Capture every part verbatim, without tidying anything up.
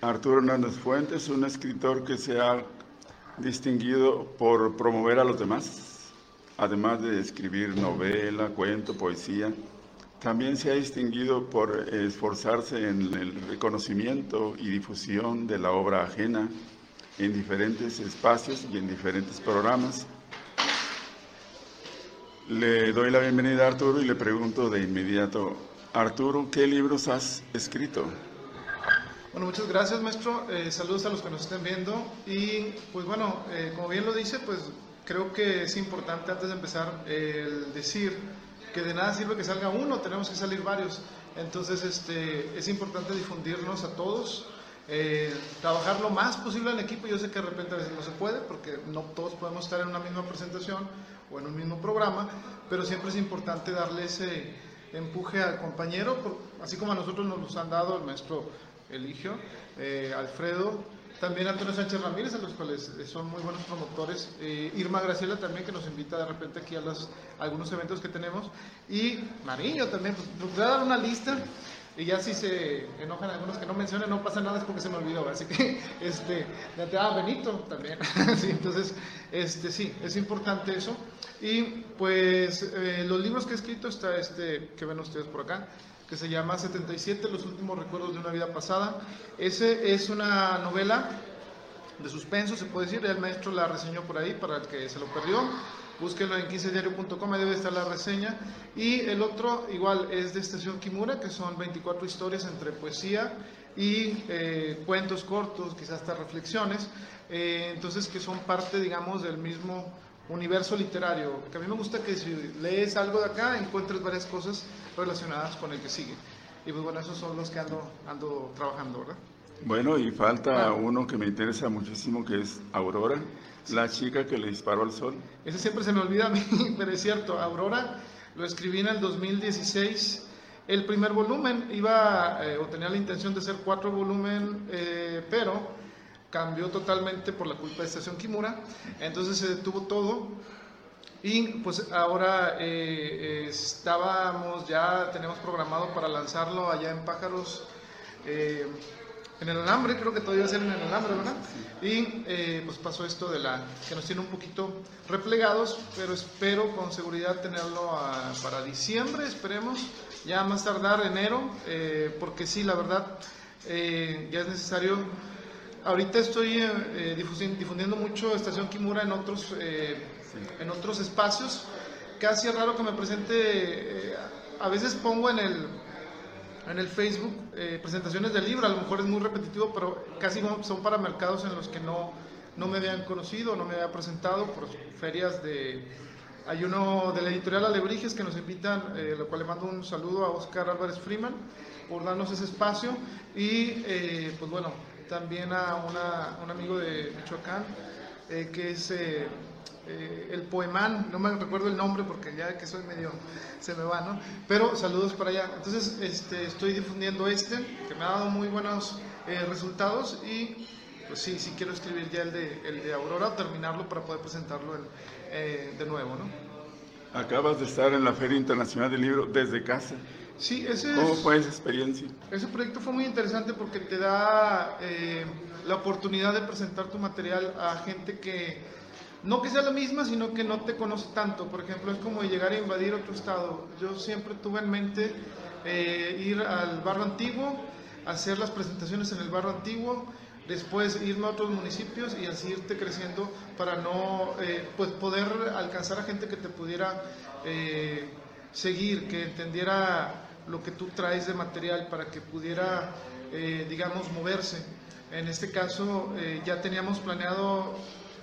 Arturo Hernández Fuentes, un escritor que se ha distinguido por promover a los demás, además de escribir novela, cuento, poesía. También se ha distinguido por esforzarse en el reconocimiento y difusión de la obra ajena en diferentes espacios y en diferentes programas. Le doy la bienvenida a Arturo y le pregunto de inmediato, Arturo, ¿qué libros has escrito? Bueno, muchas gracias, maestro. Eh, saludos a los que nos estén viendo. Y pues bueno, eh, como bien lo dice, pues creo que es importante antes de empezar eh, el decir que de nada sirve que salga uno, tenemos que salir varios. Entonces este, es importante difundirnos a todos, eh, trabajar lo más posible en equipo. Yo sé que de repente a veces no se puede porque no todos podemos estar en una misma presentación o en un mismo programa, pero siempre es importante darle ese empuje al compañero, por, así como a nosotros nos los han dado el maestro Eligio, eh, Alfredo, también Antonio Sánchez Ramírez, a los cuales son muy buenos promotores, eh, Irma Graciela también, que nos invita de repente aquí a, las, a algunos eventos que tenemos, y Mariño también. Pues nos voy a dar una lista y ya si se enojan algunos que no mencionen, no pasa nada, es porque se me olvidó, así que este, ah, Benito también. Sí, entonces este, sí, es importante eso. Y pues eh, los libros que he escrito, está este que ven ustedes por acá, que se llama setenta y siete, los últimos recuerdos de una vida pasada. Ese es una novela de suspenso, se puede decir. El maestro la reseñó por ahí, para el que se lo perdió, búsquenlo en quince diario punto com, ahí debe estar la reseña. Y el otro igual es de Estación Kimura, que son veinticuatro historias entre poesía y eh, cuentos cortos, quizás hasta reflexiones, eh, entonces que son parte, digamos, del mismo universo literario, que a mí me gusta que si lees algo de acá encuentres varias cosas relacionadas con el que sigue. Y pues bueno, esos son los que ando, ando trabajando, ¿verdad? Bueno, y falta uno que me interesa muchísimo, que es Aurora, la chica que le disparó al sol. Ese siempre se me olvida a mí, pero es cierto. Aurora lo escribí en el dos mil dieciséis. El primer volumen iba, eh, o tenía la intención de ser cuatro volúmenes, eh, pero cambió totalmente por la culpa de Estación Kimura, entonces se detuvo todo. Y pues ahora eh, estábamos, ya tenemos programado para lanzarlo allá en Pájaros, eh, en el Alambre, creo que todavía va a ser en el Alambre, ¿verdad? Y eh, pues pasó esto de la, que nos tiene un poquito replegados, pero espero con seguridad tenerlo a, para diciembre, esperemos, ya más tardar enero, eh, porque sí, la verdad, eh, ya es necesario. Ahorita estoy eh, difundiendo mucho Estación Kimura en otros, eh, en otros espacios. Casi es raro que me presente, eh, a veces pongo en el, en el Facebook eh, presentaciones del libro, a lo mejor es muy repetitivo, pero casi son para mercados en los que no, no me habían conocido, no me había presentado, por ferias de... Hay uno de la editorial Alebrijes que nos invitan, eh, lo cual le mando un saludo a Oscar Álvarez Freeman por darnos ese espacio. Y eh, pues bueno, también a una, un amigo de Michoacán, eh, que es eh, eh, el Poemán, no me recuerdo el nombre porque ya que soy medio, se me va, ¿no? Pero saludos para allá. Entonces este, estoy difundiendo este, que me ha dado muy buenos eh, resultados, y pues sí, sí quiero escribir ya el de, el de Aurora, terminarlo para poder presentarlo en, eh, de nuevo, ¿no? Acabas de estar en la Feria Internacional del Libro desde casa. Sí, ese ¿Cómo es, fue esa experiencia? Ese proyecto fue muy interesante porque te da eh, la oportunidad de presentar tu material a gente que, no que sea la misma, sino que no te conoce tanto. Por ejemplo, es como llegar a invadir otro estado. Yo siempre tuve en mente eh, ir al barrio antiguo, hacer las presentaciones en el barrio antiguo, después irme a otros municipios y así irte creciendo para no, eh, pues poder alcanzar a gente que te pudiera eh, seguir, que entendiera lo que tú traes de material para que pudiera, eh, digamos, moverse. En este caso eh, ya teníamos planeado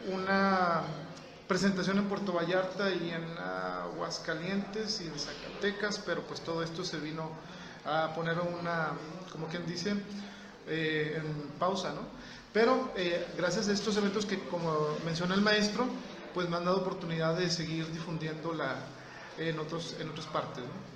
una presentación en Puerto Vallarta y en Aguascalientes y en Zacatecas, pero pues todo esto se vino a poner una, como quien dice, eh, en pausa, ¿no? Pero eh, gracias a estos eventos que, como menciona el maestro, pues me han dado oportunidad de seguir difundiéndola en, otros, en otras partes, ¿no?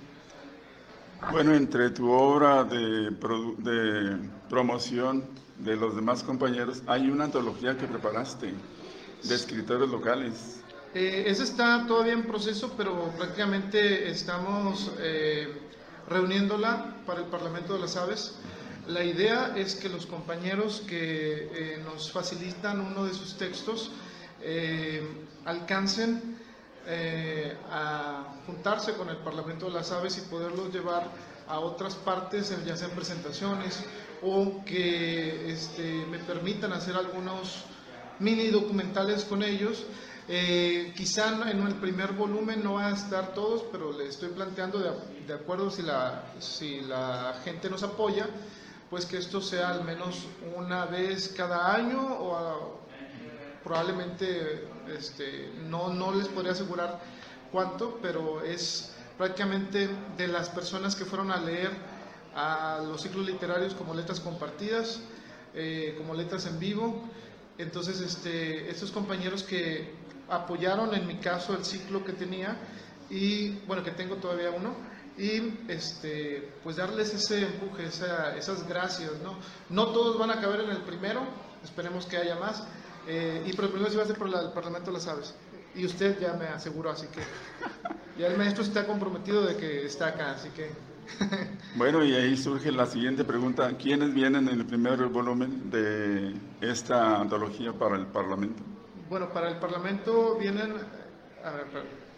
Bueno, entre tu obra de, de promoción de los demás compañeros, hay una antología que preparaste de escritores locales. Eh, esa está todavía en proceso, pero prácticamente estamos eh, reuniéndola para el Parlamento de las Aves. La idea es que los compañeros que eh, nos facilitan uno de sus textos eh, alcancen eh, a juntarse con el Parlamento de las Aves y poderlos llevar a otras partes, ya sean presentaciones o que este, me permitan hacer algunos mini documentales con ellos. Eh, quizá en el primer volumen no van a estar todos, pero le estoy planteando de, de acuerdo si la, si la gente nos apoya, pues que esto sea al menos una vez cada año o a, probablemente este, no, no les podría asegurar cuánto, pero es prácticamente de las personas que fueron a leer a los ciclos literarios como Letras Compartidas, eh, como Letras en Vivo. Entonces este, estos compañeros que apoyaron en mi caso el ciclo que tenía y bueno, que tengo todavía uno, y este, pues darles ese empuje, esa, esas gracias, ¿no? No todos van a caber en el primero, esperemos que haya más, eh, y pero el primero sí va a ser por la, el Parlamento de las Aves, y usted ya me aseguró, así que ya el maestro está comprometido de que está acá, así que... Bueno, y ahí surge la siguiente pregunta, ¿quiénes vienen en el primer volumen de esta antología para el Parlamento? Bueno, para el Parlamento vienen... A ver, pero,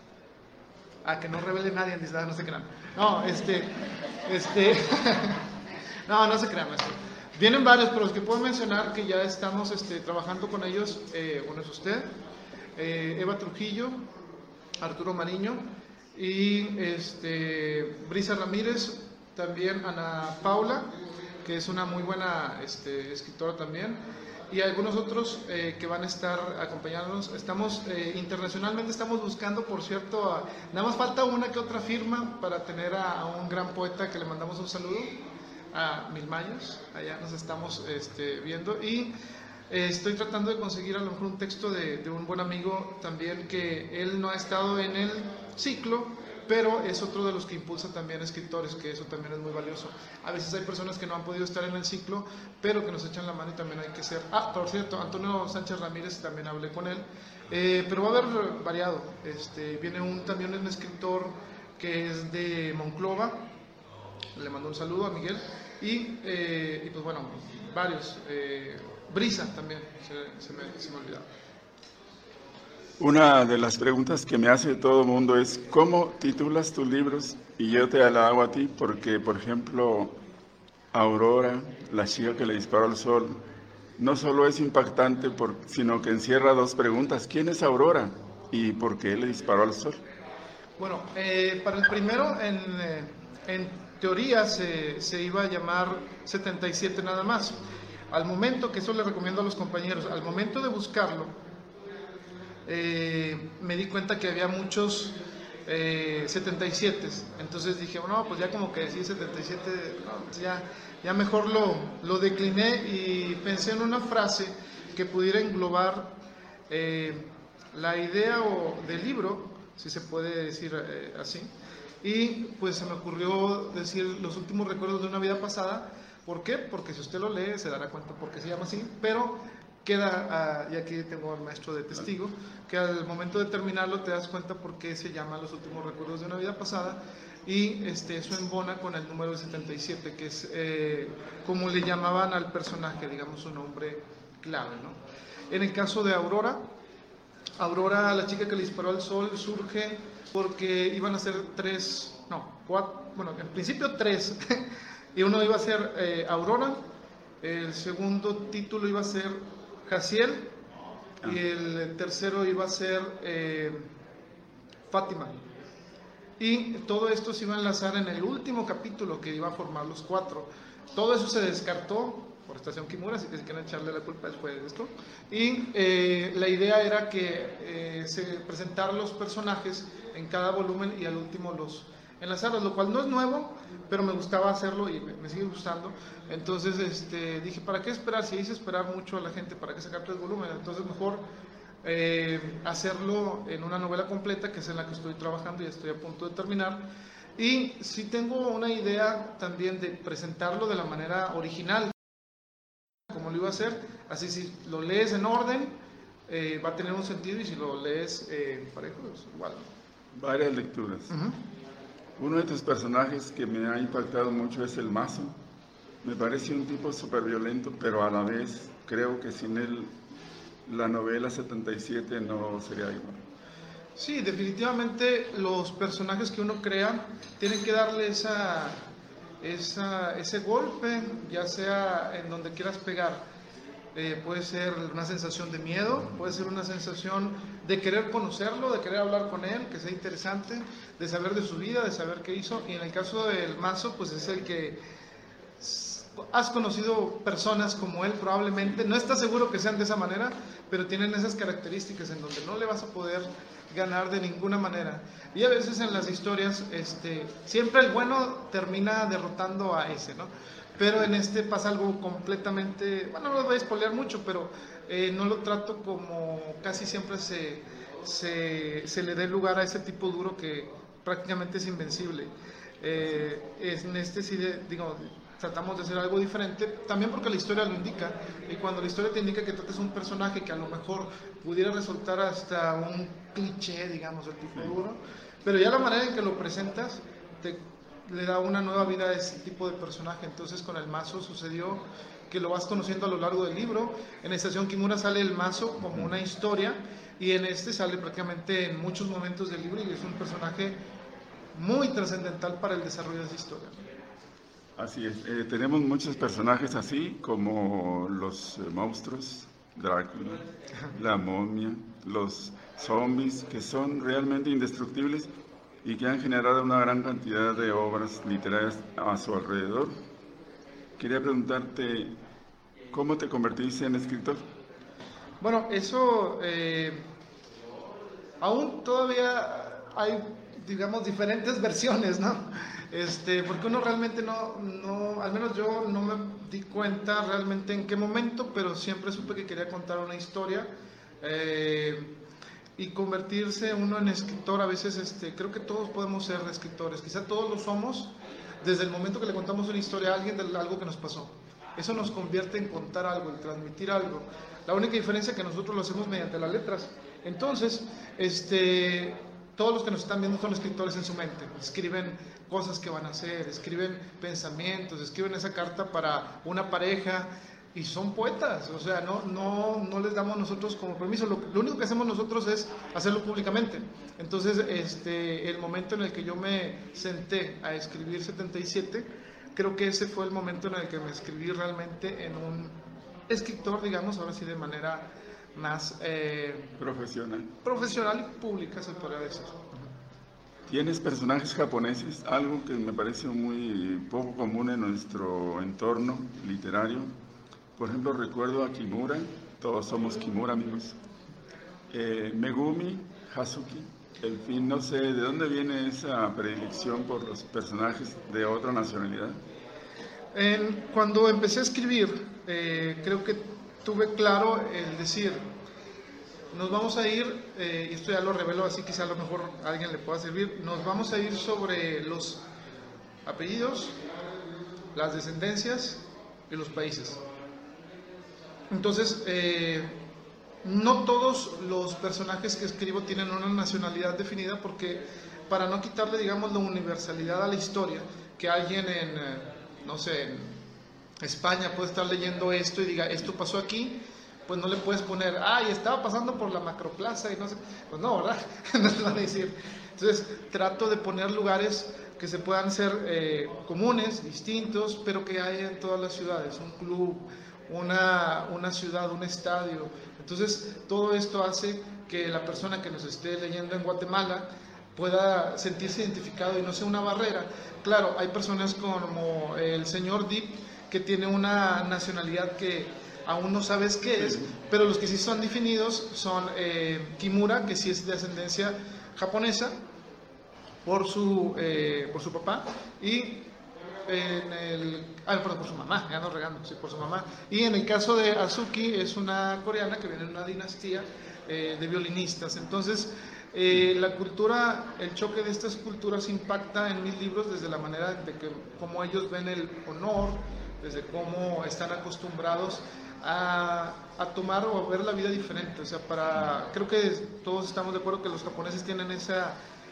a que no revele nadie, no se crean. No, este, este, no, no se crean, maestro. Vienen varios, pero los que puedo mencionar que ya estamos este, trabajando con ellos, eh, uno es usted, eh, Eva Trujillo, Arturo Mariño y este, Brisa Ramírez, también Ana Paula, que es una muy buena este, escritora también, y algunos otros eh, que van a estar acompañándonos. Estamos eh, internacionalmente, estamos buscando, por cierto, a, nada más falta una que otra firma para tener a, a un gran poeta que le mandamos un saludo, a Milmayos, allá nos estamos este, viendo, y eh, estoy tratando de conseguir a lo mejor un texto de, de un buen amigo también, que él no ha estado en el ciclo, pero es otro de los que impulsa también escritores, que eso también es muy valioso. A veces hay personas que no han podido estar en el ciclo, pero que nos echan la mano y también hay que ser... Ah, por cierto, Antonio Sánchez Ramírez, también hablé con él, eh, pero va a haber variado. Este, viene un, también un escritor que es de Monclova, le mando un saludo a Miguel, y, eh, y pues bueno, varios. Eh, Brisa también, se, se, me, se me olvidaba. Una de las preguntas que me hace todo el mundo es, ¿cómo titulas tus libros? Y yo te la hago a ti porque, por ejemplo, Aurora, la chica que le disparó al sol, no solo es impactante, por, sino que encierra dos preguntas. ¿Quién es Aurora? ¿Y por qué le disparó al sol? Bueno, eh, para el primero, en, eh, en teoría se, se iba a llamar setenta y siete nada más. Al momento, que eso le recomiendo a los compañeros, al momento de buscarlo, Eh, me di cuenta que había muchos eh, setenta y siete, entonces dije, bueno, pues ya como que decir setenta y siete, no, pues ya, ya mejor lo, lo decliné y pensé en una frase que pudiera englobar eh, la idea o del libro, si se puede decir eh, así, y pues se me ocurrió decir los últimos recuerdos de una vida pasada. ¿Por qué? Porque si usted lo lee se dará cuenta por qué se llama así, pero queda, uh, y aquí tengo al maestro de testigo, que al momento de terminarlo te das cuenta por qué se llama Los últimos recuerdos de una vida pasada, y este, eso embona con el número setenta y siete, que es eh, como le llamaban al personaje, digamos, un nombre clave, ¿no? En el caso de Aurora, Aurora, la chica que le disparó al sol, surge porque iban a ser tres, no, cuatro, bueno, en principio tres, y uno iba a ser eh, Aurora, el segundo título iba a ser Jaciel, y el tercero iba a ser eh, Fátima. Y todo esto se iba a enlazar en el último capítulo que iba a formar los cuatro. Todo eso se descartó por Estación Kimura, así que si quieren echarle la culpa después de esto. Y eh, la idea era que eh, se presentaran los personajes en cada volumen y al último los enlazarlos, lo cual no es nuevo, pero me gustaba hacerlo y me, me sigue gustando. Entonces este, dije, ¿para qué esperar? Si hice esperar mucho a la gente, ¿para qué sacar tres volúmenes? Entonces mejor eh, hacerlo en una novela completa, que es en la que estoy trabajando y estoy a punto de terminar. Y sí tengo una idea también de presentarlo de la manera original, como lo iba a hacer, así si lo lees en orden, eh, va a tener un sentido, y si lo lees eh, parejo, es igual. Varias lecturas. Uh-huh. Uno de tus personajes que me ha impactado mucho es el Mazo. Me parece un tipo súper violento, pero a la vez creo que sin él la novela setenta y siete no sería igual. Sí, definitivamente los personajes que uno crea tienen que darle esa, esa, ese golpe, ya sea en donde quieras pegar. Eh, puede ser una sensación de miedo, puede ser una sensación de querer conocerlo, de querer hablar con él, que sea interesante, de saber de su vida, de saber qué hizo. Y en el caso del Mazo, pues es el que has conocido personas como él probablemente, no estás seguro que sean de esa manera, pero tienen esas características en donde no le vas a poder ganar de ninguna manera. Y a veces en las historias, este, siempre el bueno termina derrotando a ese, ¿no? Pero en este pasa algo completamente, bueno, no lo voy a spoilear mucho, pero eh, no lo trato como casi siempre se, se, se le dé lugar a ese tipo duro que prácticamente es invencible. Eh, en este sí, de, digo, tratamos de hacer algo diferente, también porque la historia lo indica, y cuando la historia te indica que trates un personaje que a lo mejor pudiera resultar hasta un cliché, digamos, del tipo duro, pero ya la manera en que lo presentas te, le da una nueva vida a ese tipo de personaje. Entonces con el Mazo sucedió que lo vas conociendo a lo largo del libro. En Estación Kimura sale el Mazo como una historia, y en este sale prácticamente en muchos momentos del libro, y es un personaje muy trascendental para el desarrollo de esa historia. Así es, eh, tenemos muchos personajes así, como los eh, monstruos, Drácula, la momia, los zombies, que son realmente indestructibles y que han generado una gran cantidad de obras literarias a su alrededor. Quería preguntarte, ¿cómo te convertiste en escritor? Bueno, eso eh, aún todavía hay, digamos, diferentes versiones, ¿no? Este, porque uno realmente no, no, al menos yo no me di cuenta realmente en qué momento, pero siempre supe que quería contar una historia, eh, y convertirse uno en escritor. A veces este, creo que todos podemos ser escritores, quizá todos lo somos desde el momento que le contamos una historia a alguien de algo que nos pasó. Eso nos convierte en contar algo, en transmitir algo. La única diferencia es que nosotros lo hacemos mediante las letras. Entonces, este... todos los que nos están viendo son escritores en su mente, escriben cosas que van a hacer, escriben pensamientos, escriben esa carta para una pareja, y son poetas. O sea, no, no, no les damos nosotros como permiso, lo, lo único que hacemos nosotros es hacerlo públicamente. Entonces, este, el momento en el que yo me senté a escribir setenta y siete, creo que ese fue el momento en el que me escribí realmente en un escritor, digamos, ahora sí de manera más eh, profesional. profesional y pública, se podría decir. ¿Tienes personajes japoneses? Algo que me parece muy poco común en nuestro entorno literario. Por ejemplo, recuerdo a Kimura, todos somos Kimura, amigos. Eh, Megumi, Hazuki, en fin, no sé, ¿de dónde viene esa predilección por los personajes de otra nacionalidad? En, cuando empecé a escribir, eh, creo que tuve claro el decir, nos vamos a ir, eh, y esto ya lo revelo, así quizá a lo mejor a alguien le pueda servir, nos vamos a ir sobre los apellidos, las descendencias y los países. Entonces, eh, no todos los personajes que escribo tienen una nacionalidad definida, porque para no quitarle, digamos, la universalidad a la historia, que alguien en, eh, no sé, en España puede estar leyendo esto y diga, esto pasó aquí, pues no le puedes poner, ay, estaba pasando por la Macroplaza y no sé, pues no, ¿verdad? No te van a decir. Entonces, trato de poner lugares que se puedan ser eh, comunes, distintos, pero que haya en todas las ciudades, un club, una, una ciudad, un estadio. Entonces, todo esto hace que la persona que nos esté leyendo en Guatemala pueda sentirse identificado y no sea una barrera. Claro, hay personas como el señor Deep, que tiene una nacionalidad que aún no sabes qué es, pero los que sí son definidos son eh, Kimura, que sí es de ascendencia japonesa por su, eh, por su papá, y en el, ah, perdón, por su mamá, ya ando regando, sí, por su mamá, y en el caso de Azuki es una coreana que viene de una dinastía eh, de violinistas. Entonces, eh, la cultura, el choque de estas culturas impacta en mis libros desde la manera de que, cómo ellos ven el honor, desde cómo están acostumbrados a, a tomar o a ver la vida diferente. O sea, para, creo que todos estamos de acuerdo que los japoneses tienen esa,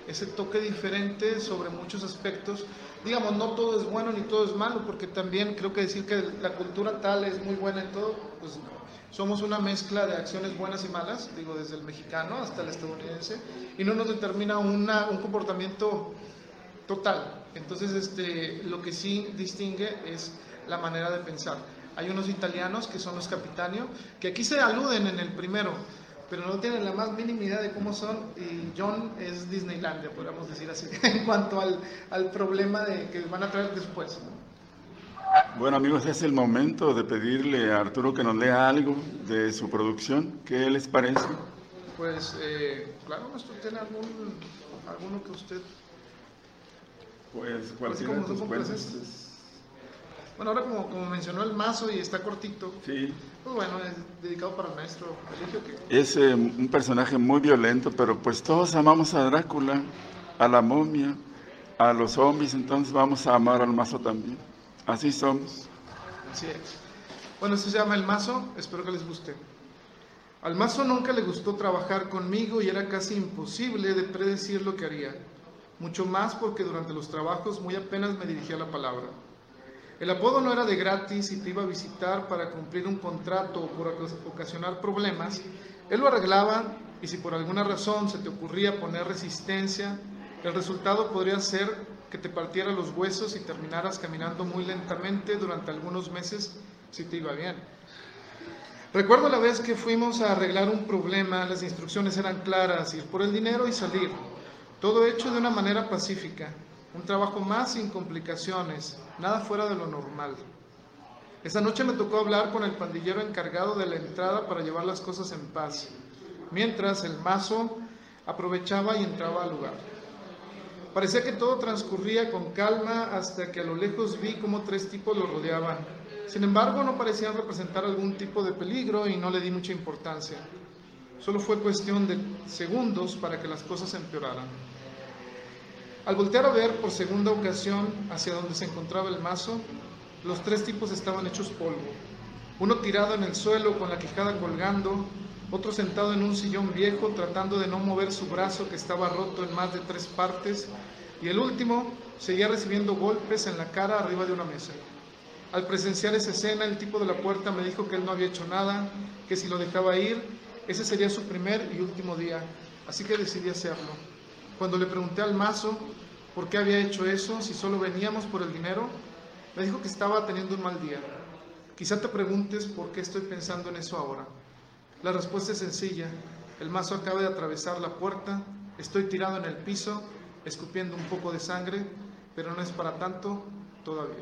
ese toque diferente sobre muchos aspectos. Digamos, no todo es bueno ni todo es malo, porque también creo que decir que la cultura tal es muy buena en todo, pues no. Somos una mezcla de acciones buenas y malas, digo, desde el mexicano hasta el estadounidense, y no nos determina una, un comportamiento total. Entonces, este, lo que sí distingue es la manera de pensar. Hay unos italianos que son los Capitanio, que aquí se aluden en el primero, pero no tienen la más mínima idea de cómo son, y John es Disneylandia, podríamos decir así, en cuanto al, al problema de, que van a traer después. Bueno, amigos, es el momento de pedirle a Arturo que nos lea algo de su producción. ¿Qué les parece? Pues, eh, claro, ¿usted tiene algún, alguno que usted... Pues cualquiera de tus cuentos. Bueno, ahora como, como mencionó el mazo y está cortito, sí. Pues bueno, es dedicado para el maestro Eligio. Que... Es eh, un personaje muy violento, pero pues todos amamos a Drácula, a la momia, a los zombies, entonces vamos a amar al mazo también. Así somos. Así es. Bueno, esto se llama El Mazo, espero que les guste. Al mazo nunca le gustó trabajar conmigo y era casi imposible de predecir lo que haría. Mucho más porque durante los trabajos muy apenas me dirigía la palabra. El apodo no era de gratis y te iba a visitar para cumplir un contrato o por ocasionar problemas. Él lo arreglaba y si por alguna razón se te ocurría poner resistencia, el resultado podría ser que te partiera los huesos y terminaras caminando muy lentamente durante algunos meses si te iba bien. Recuerdo la vez que fuimos a arreglar un problema, las instrucciones eran claras, ir por el dinero y salir. Todo hecho de una manera pacífica, un trabajo más sin complicaciones, nada fuera de lo normal. Esa noche me tocó hablar con el pandillero encargado de la entrada para llevar las cosas en paz, mientras el mazo aprovechaba y entraba al lugar. Parecía que todo transcurría con calma hasta que a lo lejos vi cómo tres tipos lo rodeaban. Sin embargo, no parecían representar algún tipo de peligro y no le di mucha importancia. Solo fue cuestión de segundos para que las cosas empeoraran. Al voltear a ver por segunda ocasión hacia donde se encontraba el mazo, los tres tipos estaban hechos polvo. Uno tirado en el suelo con la quijada colgando, otro sentado en un sillón viejo tratando de no mover su brazo que estaba roto en más de tres partes, y el último seguía recibiendo golpes en la cara arriba de una mesa. Al presenciar esa escena, el tipo de la puerta me dijo que él no había hecho nada, que si lo dejaba ir, ese sería su primer y último día, así que decidí hacerlo. Cuando le pregunté al mazo por qué había hecho eso, si solo veníamos por el dinero, me dijo que estaba teniendo un mal día. Quizá te preguntes por qué estoy pensando en eso ahora. La respuesta es sencilla. El mazo acaba de atravesar la puerta, estoy tirado en el piso, escupiendo un poco de sangre, pero no es para tanto todavía.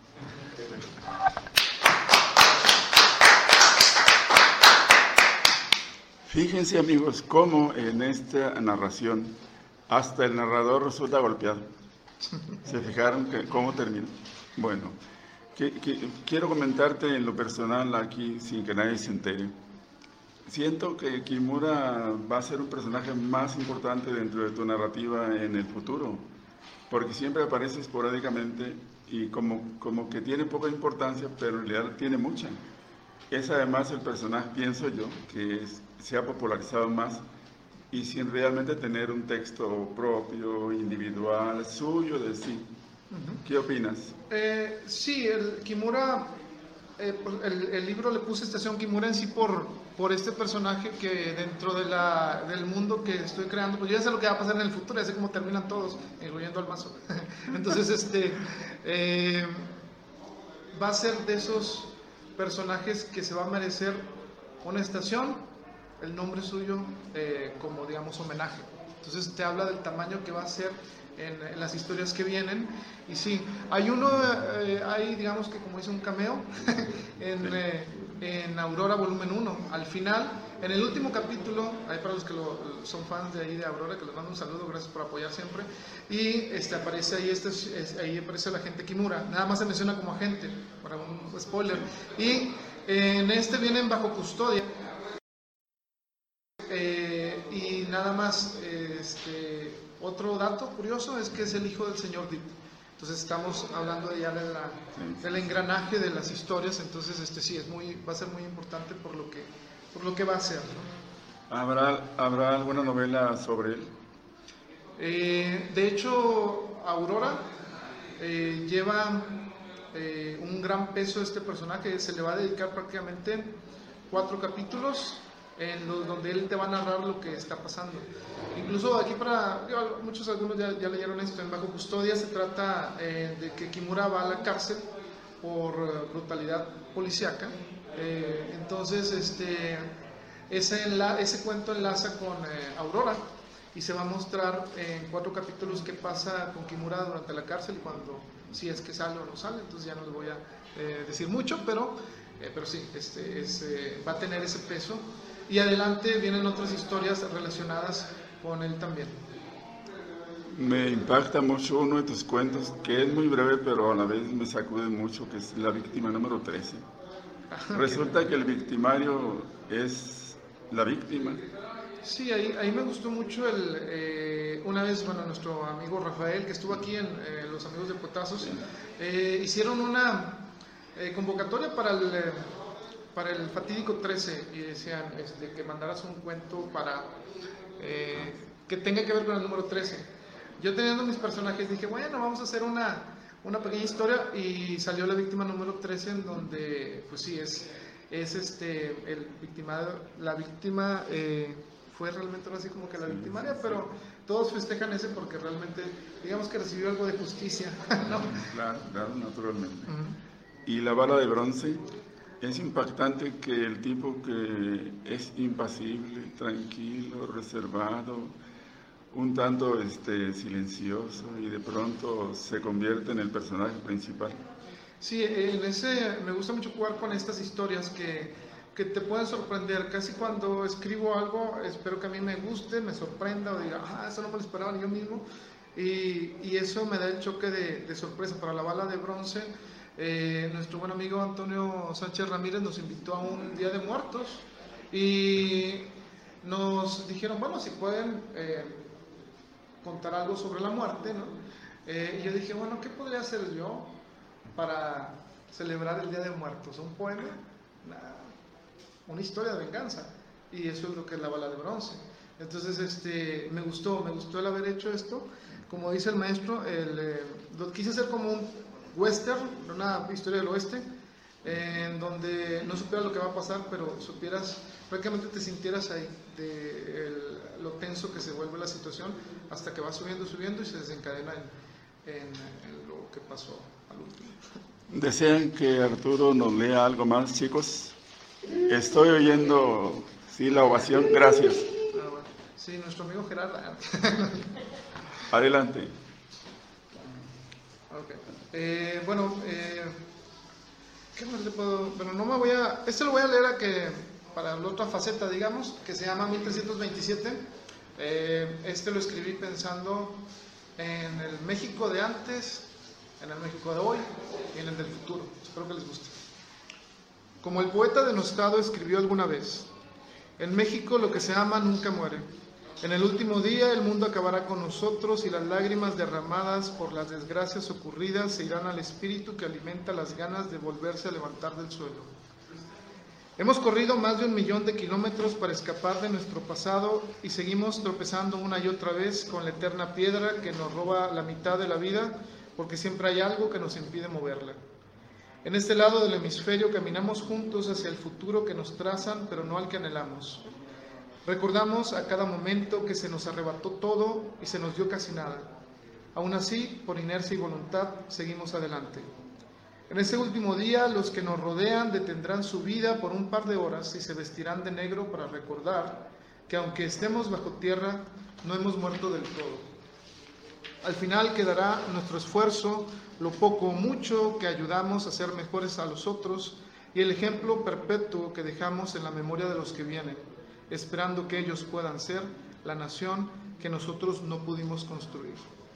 Fíjense, amigos, cómo en esta narración hasta el narrador resulta golpeado. ¿Se fijaron que, cómo termina? Bueno, que, que, quiero comentarte en lo personal aquí, sin que nadie se entere. Siento que Kimura va a ser un personaje más importante dentro de tu narrativa en el futuro, porque siempre aparece esporádicamente y como, como que tiene poca importancia, pero en realidad tiene mucha. Es además el personaje, pienso yo, que es, se ha popularizado más y sin realmente tener un texto propio, individual, suyo de sí. Uh-huh. ¿Qué opinas? Eh, sí, el Kimura, eh, el, el libro le puse Estación Kimura en sí por, por este personaje que dentro de la, del mundo que estoy creando, pues yo ya sé lo que va a pasar en el futuro, ya sé cómo terminan todos, incluyendo al mazo. Entonces, este, eh, va a ser de esos personajes que se va a merecer una estación, el nombre suyo, eh, como digamos homenaje. Entonces te habla del tamaño que va a ser en, en las historias que vienen. Y sí, hay uno, eh, hay digamos que como dice un cameo en, eh, en Aurora volumen uno. Al final, en el último capítulo, hay para los que lo, son fans de ahí de Aurora, que les mando un saludo, gracias por apoyar siempre. Y este, aparece ahí, este, es, ahí aparece el agente Kimura, nada más se menciona como agente, para un spoiler. Y eh, en este vienen bajo custodia. Eh, y nada más, eh, este, otro dato curioso es que es el hijo del señor Deep. Entonces estamos hablando ya de la, del engranaje de las historias. Entonces este sí es muy, va a ser muy importante por lo que, por lo que va a ser, ¿no? ¿Habrá, ¿Habrá alguna novela sobre él? Eh, de hecho, Aurora eh, lleva eh, un gran peso este personaje, se le va a dedicar prácticamente cuatro capítulos en los donde él te va a narrar lo que está pasando. Incluso aquí para, muchos algunos ya, ya leyeron esto, en Bajo Custodia se trata eh, de que Kimura va a la cárcel por uh, brutalidad policíaca. Eh, entonces, este, ese, enla ese cuento enlaza con eh, Aurora y se va a mostrar en cuatro capítulos qué pasa con Kimura durante la cárcel y cuando, si es que sale o no sale. Entonces ya no les voy a eh, decir mucho, pero, eh, pero sí, este, es, eh, va a tener ese peso. Y adelante vienen otras historias relacionadas con él también. Me impacta mucho uno de tus cuentos, que es muy breve, pero a la vez me sacude mucho, que es La víctima número trece. Resulta que el victimario es la víctima. Sí, ahí, ahí me gustó mucho el, eh, una vez, bueno, nuestro amigo Rafael, que estuvo aquí en eh, Los Amigos de Potazos, eh, hicieron una eh, convocatoria para el, eh, para el fatídico trece y decían este, que mandaras un cuento para eh, que tenga que ver con el número trece. Yo teniendo mis personajes dije, bueno, vamos a hacer una, una pequeña historia y salió La víctima número trece, en donde, pues sí, es, es este, el victimado, la víctima eh, fue realmente así como que la victimaria, pero todos festejan ese porque realmente, digamos que recibió algo de justicia, ¿no? Claro, claro, naturalmente. Uh-huh. Y La bala de bronce, es impactante que el tipo que es impasible, tranquilo, reservado, un tanto este, silencioso y de pronto se convierte en el personaje principal. Sí, en ese me gusta mucho jugar con estas historias que, que te pueden sorprender. Casi cuando escribo algo, espero que a mí me guste, me sorprenda o diga, ah, eso no me lo esperaba ni yo mismo. Y, y eso me da el choque de, de sorpresa. Para La bala de bronce, eh, nuestro buen amigo Antonio Sánchez Ramírez nos invitó a un Día de Muertos y nos dijeron, bueno, si pueden eh, contar algo sobre la muerte, ¿no? Eh, y yo dije, bueno, ¿qué podría hacer yo para celebrar el Día de Muertos? ¿Un poema? Nah, una historia de venganza. Y eso es lo que es La bala de bronce. Entonces, este, me gustó, me gustó el haber hecho esto. Como dice el maestro, el, eh, lo quise hacer como un western, una historia del oeste, eh, en donde no supieras lo que va a pasar, pero supieras, prácticamente te sintieras ahí, de el, lo tenso que se vuelve la situación, hasta que va subiendo, subiendo y se desencadena en, en, en lo que pasó al último. ¿Desean que Arturo nos lea algo más, chicos? Estoy oyendo, sí, la ovación, gracias. Ah, bueno. Sí, nuestro amigo Gerardo. Adelante. Okay. Eh, bueno, eh, ¿qué más le puedo? Bueno, no me voy a... Este lo voy a leer a que, para la otra faceta, digamos, que se llama mil trescientos veintisiete. Eh, este lo escribí pensando en el México de antes, en el México de hoy y en el del futuro. Espero que les guste. Como el poeta denostado escribió alguna vez, en México lo que se ama nunca muere. En el último día el mundo acabará con nosotros y las lágrimas derramadas por las desgracias ocurridas se irán al espíritu que alimenta las ganas de volverse a levantar del suelo. Hemos corrido más de un millón de kilómetros para escapar de nuestro pasado y seguimos tropezando una y otra vez con la eterna piedra que nos roba la mitad de la vida porque siempre hay algo que nos impide moverla. En este lado del hemisferio caminamos juntos hacia el futuro que nos trazan pero no al que anhelamos. Recordamos a cada momento que se nos arrebató todo y se nos dio casi nada. Aún así, por inercia y voluntad, seguimos adelante. En ese último día, los que nos rodean detendrán su vida por un par de horas y se vestirán de negro para recordar que aunque estemos bajo tierra, no hemos muerto del todo. Al final quedará nuestro esfuerzo, lo poco o mucho que ayudamos a ser mejores a los otros y el ejemplo perpetuo que dejamos en la memoria de los que vienen, esperando que ellos puedan ser la nación que nosotros no pudimos construir.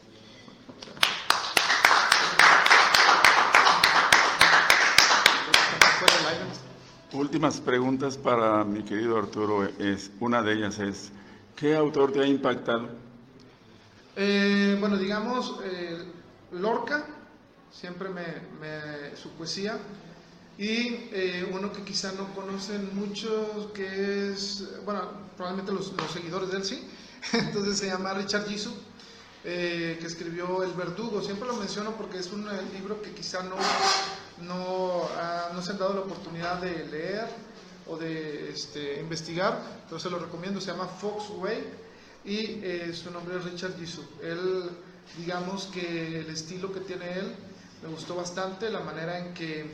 Últimas preguntas para mi querido Arturo. Es, una de ellas es, ¿qué autor te ha impactado? Eh, bueno, digamos, eh, Lorca, siempre me, me, su poesía. Y eh, uno que quizá no conocen mucho, que es, bueno, probablemente los, los seguidores de él sí, entonces se llama Richard Jisoo. eh, que escribió El Verdugo. Siempre lo menciono porque es un libro que quizá no, no, ah, no se han dado la oportunidad de leer o de este, investigar, entonces lo recomiendo. Se llama Fox Way y eh, su nombre es Richard Gisub. Él, digamos que el estilo que tiene él me gustó bastante, la manera en que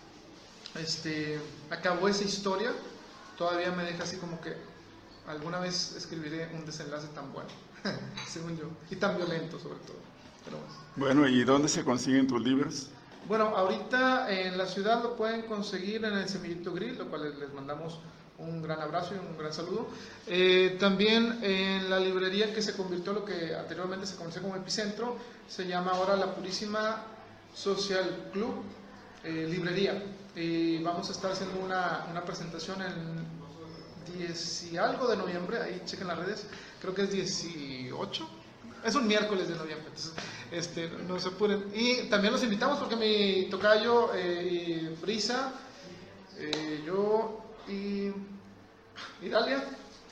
este, acabó esa historia, todavía me deja así como que alguna vez escribiré un desenlace tan bueno, según yo, y tan violento sobre todo. Pero bueno. Bueno, ¿y dónde se consiguen tus libros? Bueno, ahorita en la ciudad lo pueden conseguir en el Semillito Grill, lo cual les mandamos un gran abrazo y un gran saludo. Eh, también en la librería que se convirtió en lo que anteriormente se conocía como Epicentro, se llama ahora La Purísima Social Club eh, Librería. Y vamos a estar haciendo una, una presentación en diez y algo de noviembre, ahí chequen las redes, creo que es dieciocho. Es un miércoles de noviembre, entonces este, no se apuren. Y también los invitamos porque mi tocayo, eh, Brisa, eh, yo y, y Dalia,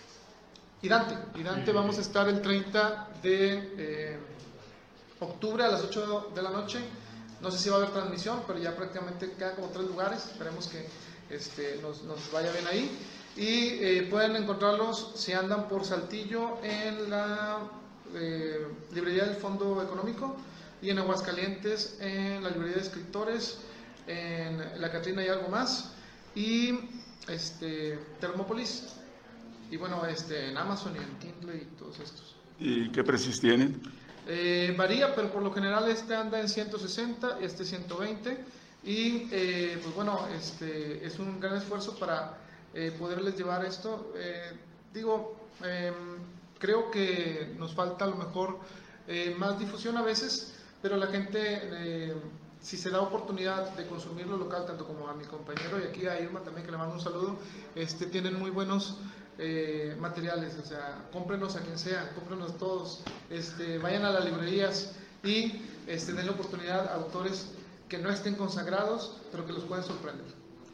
y Dante, y Dante vamos a estar el treinta de eh, octubre a las ocho de la noche. No sé si va a haber transmisión, pero ya prácticamente quedan como tres lugares. Esperemos que este, nos, nos vaya bien ahí. Y eh, pueden encontrarlos si andan por Saltillo en la Eh, librería del Fondo Económico, y en Aguascalientes en la librería de escritores, en La Catrina y algo más, y este, Termópolis, y bueno, este, en Amazon y en Kindle y todos estos. ¿Y qué precios tienen? Eh, varía, pero por lo general este anda en ciento sesenta, este ciento veinte, y eh, pues bueno, este, es un gran esfuerzo para eh, poderles llevar esto. Eh, digo, eh, Creo que nos falta a lo mejor eh, más difusión a veces, pero la gente, eh, si se da oportunidad de consumir lo local, tanto como a mi compañero y aquí a Irma también, que le mando un saludo, este, tienen muy buenos eh, materiales, o sea, cómprenos a quien sea, cómprenos todos, este, vayan a las librerías y este, den la oportunidad a autores que no estén consagrados, pero que los pueden sorprender.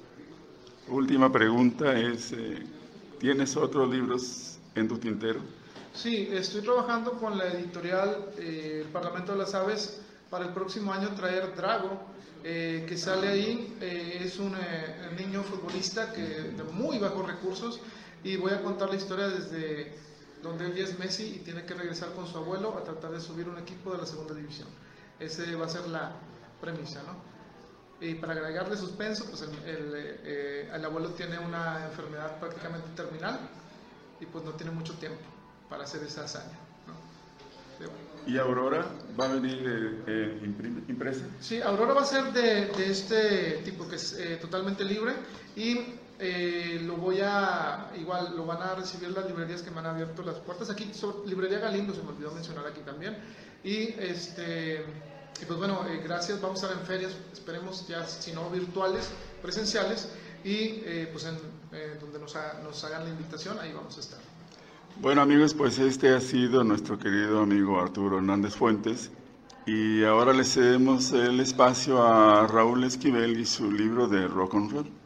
Última pregunta es, eh, ¿tienes otros libros en tu tintero? Sí, estoy trabajando con la editorial eh, El Parlamento de las Aves para el próximo año traer Drago, eh, que sale ahí. Eh, es un eh, niño futbolista que, de muy bajos recursos, y voy a contar la historia desde donde él ya es Messi y tiene que regresar con su abuelo a tratar de subir un equipo de la segunda división. Ese va a ser la premisa, ¿no? Y para agregarle suspenso, pues el, el, eh, el abuelo tiene una enfermedad prácticamente terminal y pues no tiene mucho tiempo para hacer esa hazaña, ¿no? Sí, bueno. ¿Y Aurora va a venir eh, eh, impresa? Sí, Aurora va a ser de, de este tipo, que es eh, totalmente libre, y eh, lo voy a, igual lo van a recibir las librerías que me han abierto las puertas. Aquí, sobre, librería Galindo, se me olvidó mencionar aquí también, y este, y pues bueno, eh, gracias, vamos a estar en ferias, esperemos ya, si no virtuales, presenciales, y eh, pues en eh, donde nos, ha, nos hagan la invitación, ahí vamos a estar. Bueno amigos, pues este ha sido nuestro querido amigo Arturo Hernández Fuentes, y ahora le cedemos el espacio a Raúl Esquivel y su libro de Rock and Roll.